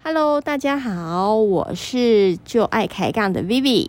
Hello， 大家好，我是就爱开杠的 Vivi，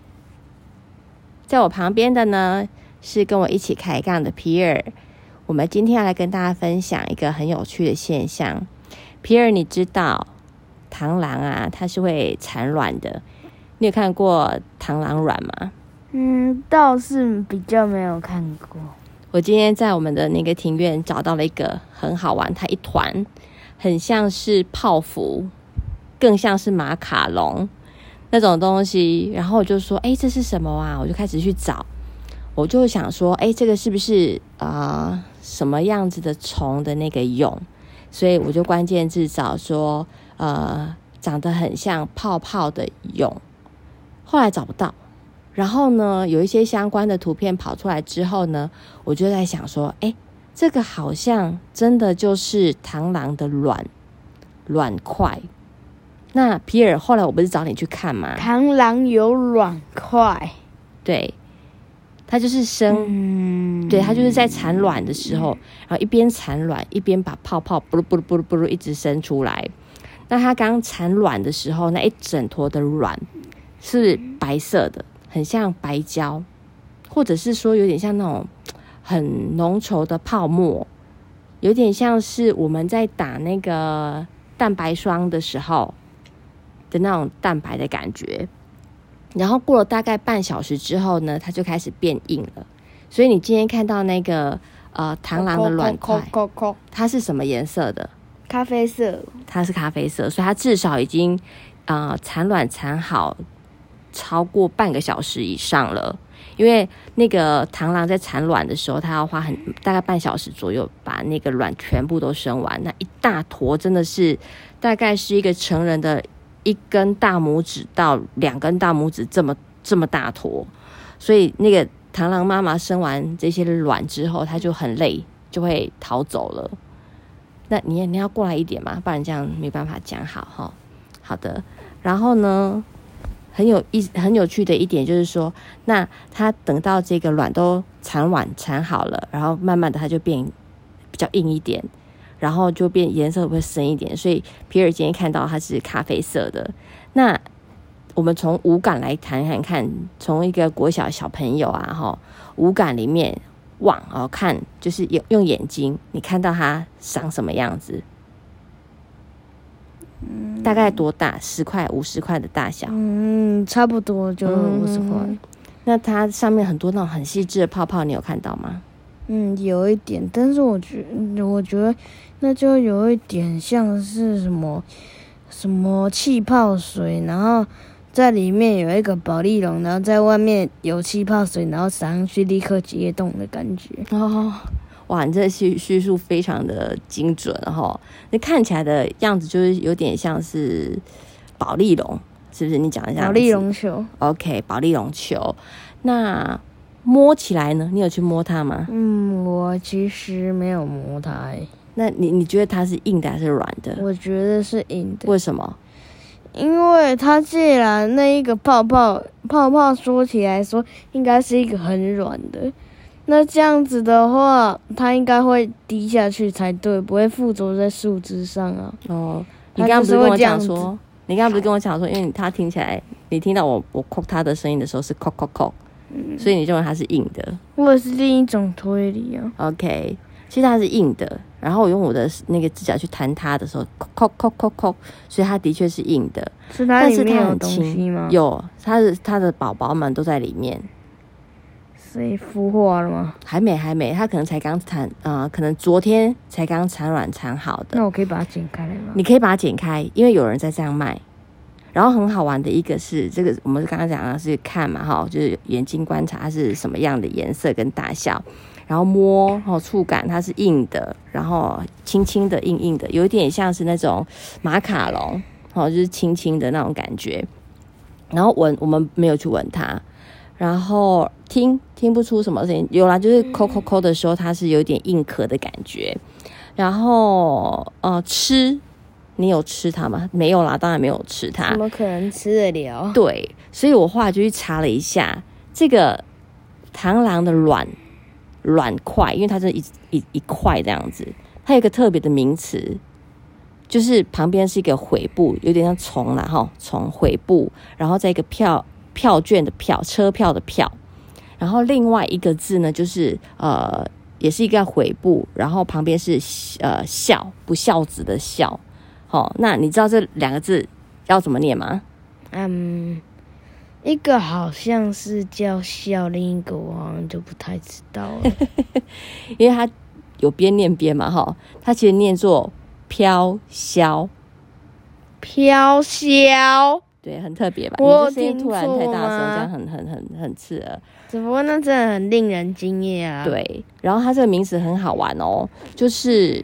在我旁边的呢是跟我一起开杠的皮尔。我们今天要来跟大家分享一个很有趣的现象。皮尔，你知道螳螂啊，它是会产卵的。你有看过螳螂卵吗？ 倒是比较没有看过。 我今天在我们的那个庭院找到了一个很好玩，它一团很像是泡芙，更像是马卡龙那种东西。然后我就说这是什么啊？我就开始去找，我就想说这个是不是什么样子的虫的那个蛹？所以我就关键字找说长得很像泡泡的蛹，后来找不到。然后呢，有一些相关的图片跑出来之后呢，我就在想说这个好像真的就是螳螂的卵块。那皮尔，后来我不是找你去看吗？ 螳螂有卵块， 对，它就是对，它就是在产卵的时候，然后一边产卵一边把泡泡布噜布噜布噜布噜一直生出来。那它刚产卵的时候，那一整坨的卵是白色的，很像白胶，或者是说有点像那种很浓稠的泡沫，有点像是我们在打那个蛋白霜的时候的那种蛋白的感觉。然后过了大概半小时之后呢，它就开始变硬了。所以你今天看到那个螳螂的卵块，它是什么颜色的？ 咖啡色。 它是咖啡色，所以它至少已经产卵产好超过半个小时以上了。因为那个螳螂在产卵的时候，它要花大概半小时左右把那个卵全部都生完。那一大坨真的是大概是一个成人的1根大拇指到2根大拇指这么大坨。所以那个螳螂妈妈生完这些卵之后，它就很累，就会逃走了。那你要过来一点嘛，不然这样没办法讲好哈。好的，然后呢，很有趣的一点就是说，那它等到这个卵都产好了，然后慢慢的它就变比较硬一点，然后就变颜色会深一点。所以皮尔今天看到它是咖啡色的。那我们从五感来谈看，从一个国小小朋友五感里面看，就是用眼睛，你看到它长什么样子？大概多大？10块、50块的大小？ 差不多就50块。 那它上面很多那种很细致的泡泡，你有看到吗？ 有一点，但是我觉得那就有一点像是什么气泡水，然后在里面有一个保丽龙，然后在外面有气泡水，然后撒上去立刻解冻的感觉。 哇，你这叙述非常的精准那看起来的样子就是有点像是保丽龙，是不是？你讲一下保丽龙球。 OK， 保丽龙球。那摸起来呢？你有去摸它吗？ 我其实没有摸它。 那你觉得它是硬的还是软的？ 我觉得是硬的。 为什么？ 因为它既然那一个泡泡说起来说应该是一个很软的，那这样子的话，它应该会滴下去才对，不会附着在树枝上啊。 你刚刚不是跟我讲说，因为它听起来，你听到我扣它的声音的时候是扣扣扣，所以你认为它是硬的， 或者是另一种推理啊。 OK， 其实它是硬的，然后我用我的那个指甲去弹它的时候，扣扣扣扣，所以它的确是硬的。 是它里面有东西吗？ 有，它的宝宝们都在里面。 所以孵化了吗？ 还没，它可能才刚可能昨天才刚产卵产好的。 那我可以把它剪开来吗？ 你可以把它剪开，因为有人在这样卖。然后很好玩的一个是这个，我们刚刚讲的是看嘛就是眼睛观察它是什么样的颜色跟大小，然后摸触感它是硬的，然后轻轻的硬的，有一点像是那种马卡龙就是轻轻的那种感觉。然后闻，我们没有去闻它，然后听不出什么声音，有啦，就是抠抠抠的时候它是有点硬壳的感觉。然后吃，你有吃它吗？没有啦，当然没有吃它。 怎么可能吃得了？ 对，所以我后来就去查了一下这个螳螂的卵块，因为它是一块这样子，它有一个特别的名词就是旁边是一个悔部，有点像虫啦哈，虫悔部，然后再一个票券的票，车票的票，然后另外一个字呢，就是也是一个悔部，然后旁边是孝，不孝子的孝。好，那你知道这两个字要怎么念吗？ 一个好像是叫孝，另一个我好像就不太知道了。 因为它有边念边嘛哈，它其实念作飘萧。 飘萧， 对，很特别吧？ 我你这声音突然太大声， 听错吗这样很刺耳。 只不过那真的很令人惊讶啊。 对，然后它这个名字很好玩哦，就是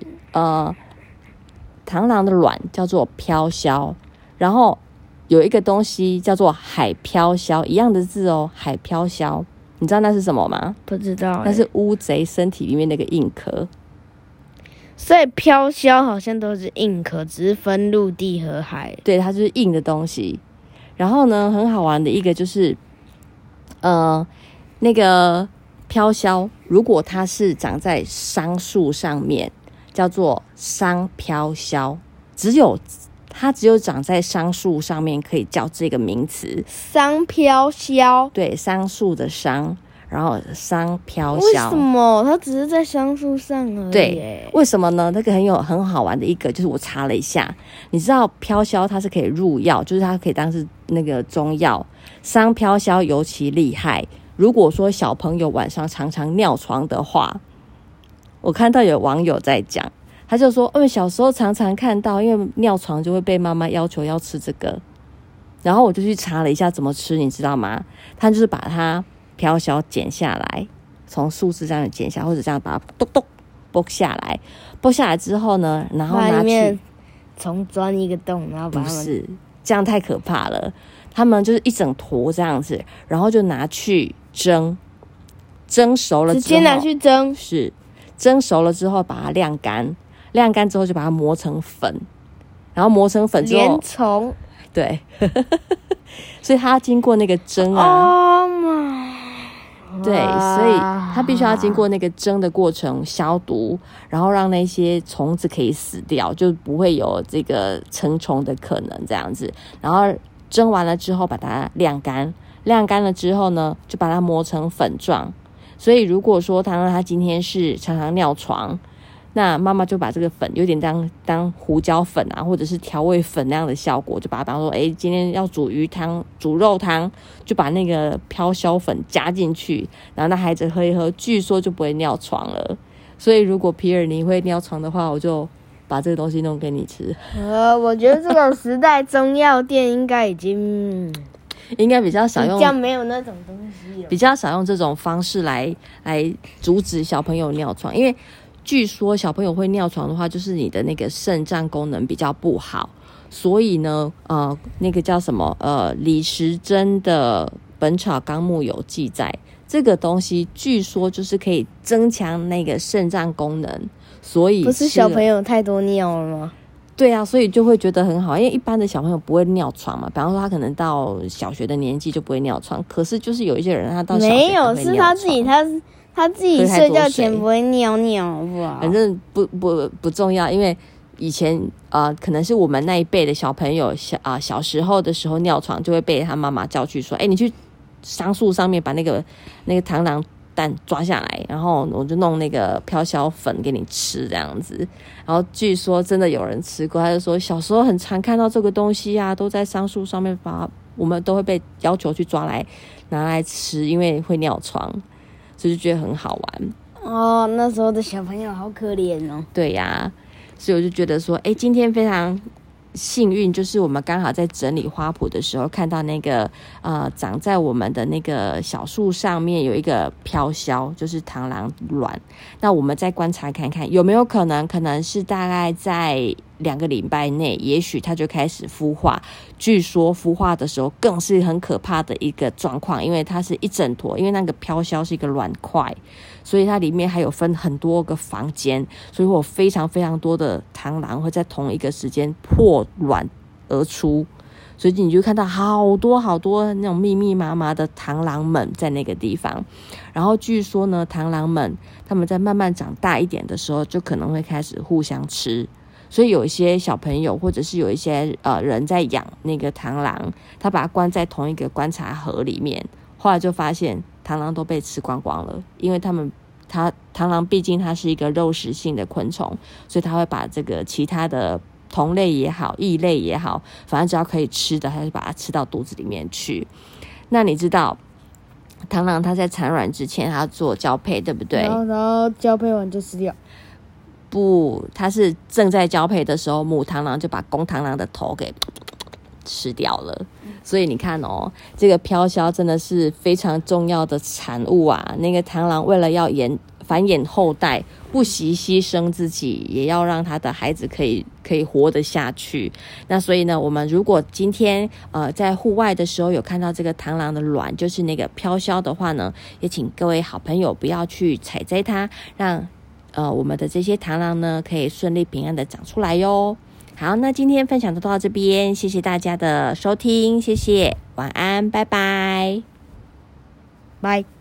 螳螂的卵叫做飘萧，然后有一个东西叫做海飘萧，一样的字哦，海飘萧，你知道那是什么吗？ 不知道那是乌贼身体里面那个硬壳。 所以飘萧好像都是硬壳，只是分陆地和海。 对，它就是硬的东西。然后呢，很好玩的一个就是那个飘萧，如果它是长在桑树上面，叫做桑飘萧，它只有长在桑树上面可以叫这个名词。 桑飘萧， 对，桑树的桑，然后桑飘为萧。 什么它只是在桑树上而已？ 对，为什么呢？那个很好玩的一个，就是我查了一下，你知道飘萧它是可以入药，就是它可以当是那个中药。桑飘萧尤其厉害，如果说小朋友晚上常常尿床的话，我看到有网友在讲，他就说，小时候常常看到，因为尿床就会被妈妈要求要吃这个，然后我就去查了一下怎么吃，你知道吗？他就是把它飘萧剪下来，从树枝这样剪下，或者这样把它咚咚剥下来，剥下来之后呢，然后拿去重钻一个洞，然后把它们不是这样太可怕了，他们就是一整坨这样子，然后就拿去蒸熟了之后， 直接拿去蒸， 是蒸熟了之后把它晾干之后就把它磨成粉，然后磨成粉之后连虫， 对所以它经过那个蒸 Oh my， 对，所以它必须要经过那个蒸的过程消毒，然后让那些虫子可以死掉，就不会有这个成虫的可能这样子。然后蒸完了之后把它晾干了之后呢，就把它磨成粉状。所以如果说他今天是常常尿床，那妈妈就把这个粉有点当胡椒粉啊，或者是调味粉那样的效果，就把它当说，今天要煮鱼汤、煮肉汤，就把那个飘萧粉加进去，然后那孩子喝一喝，据说就不会尿床了。所以如果皮尔你会尿床的话，我就把这个东西弄给你吃。 我觉得这个时代中药店应该已经应该比较少用， 比较没有那种东西了， 比较少用这种方式来阻止小朋友尿床，因为据说小朋友会尿床的话，就是你的那个肾脏功能比较不好，所以呢，那个叫什么李时珍的《本草纲目》有记载，这个东西据说就是可以增强那个肾脏功能，所以不是小朋友太多尿了吗？ 对啊，所以就会觉得很好，因为一般的小朋友不会尿床嘛，比方说他可能到小学的年纪就不会尿床，可是就是有一些人他到小学没有， 是是他自己睡觉前不会尿尿，好不好？ 反正不重要，因为以前可能是我们那一辈的小朋友小时候的时候尿床就会被他妈妈叫去说，你去桑树上面把那个螳螂蛋抓下来，然后我就弄那个飘萧粉给你吃这样子。然后据说真的有人吃过，他就说小时候很常看到这个东西啊，都在桑树上面我们都会被要求去抓来拿来吃，因为会尿床，所以就觉得很好玩。 那时候的小朋友好可怜哦。 对呀，所以我就觉得说，今天非常幸运，就是我们刚好在整理花圃的时候看到那个长在我们的那个小树上面有一个飘萧，就是螳螂卵。那我们再观察看看有没有可能是大概在2个礼拜内，也许它就开始孵化。据说孵化的时候更是很可怕的一个状况，因为它是一整坨，因为那个飘萧是一个卵块，所以它里面还有分很多个房间，所以会有非常非常多的螳螂会在同一个时间破卵而出，所以你就看到好多好多那种密密麻麻的螳螂们在那个地方。然后据说呢，螳螂们他们在慢慢长大一点的时候就可能会开始互相吃， 所以有一些小朋友或者是有一些人在养那个螳螂，他把它关在同一个观察盒里面，后来就发现螳螂都被吃光光了，因为螳螂毕竟它是一个肉食性的昆虫，所以它会把这个其他的同类也好异类也好，反正只要可以吃的它就把它吃到肚子里面去。那你知道螳螂它在产卵之前它要做交配，对不对？ 然后交配完就死掉。 不，它是正在交配的时候，母螳螂就把公螳螂的头给吃掉了。所以你看哦，这个飘销真的是非常重要的产物啊。那个螳螂为了要繁衍后代，不惜牺牲自己，也要让他的孩子可以活得下去。那所以呢，我们如果今天在户外的时候有看到这个螳螂的卵，就是那个飘销的话呢，也请各位好朋友不要去采摘它，让我们的这些螳螂呢可以顺利平安的长出来哟。好，那今天分享就到这边，谢谢大家的收听，谢谢，晚安，拜拜， 拜。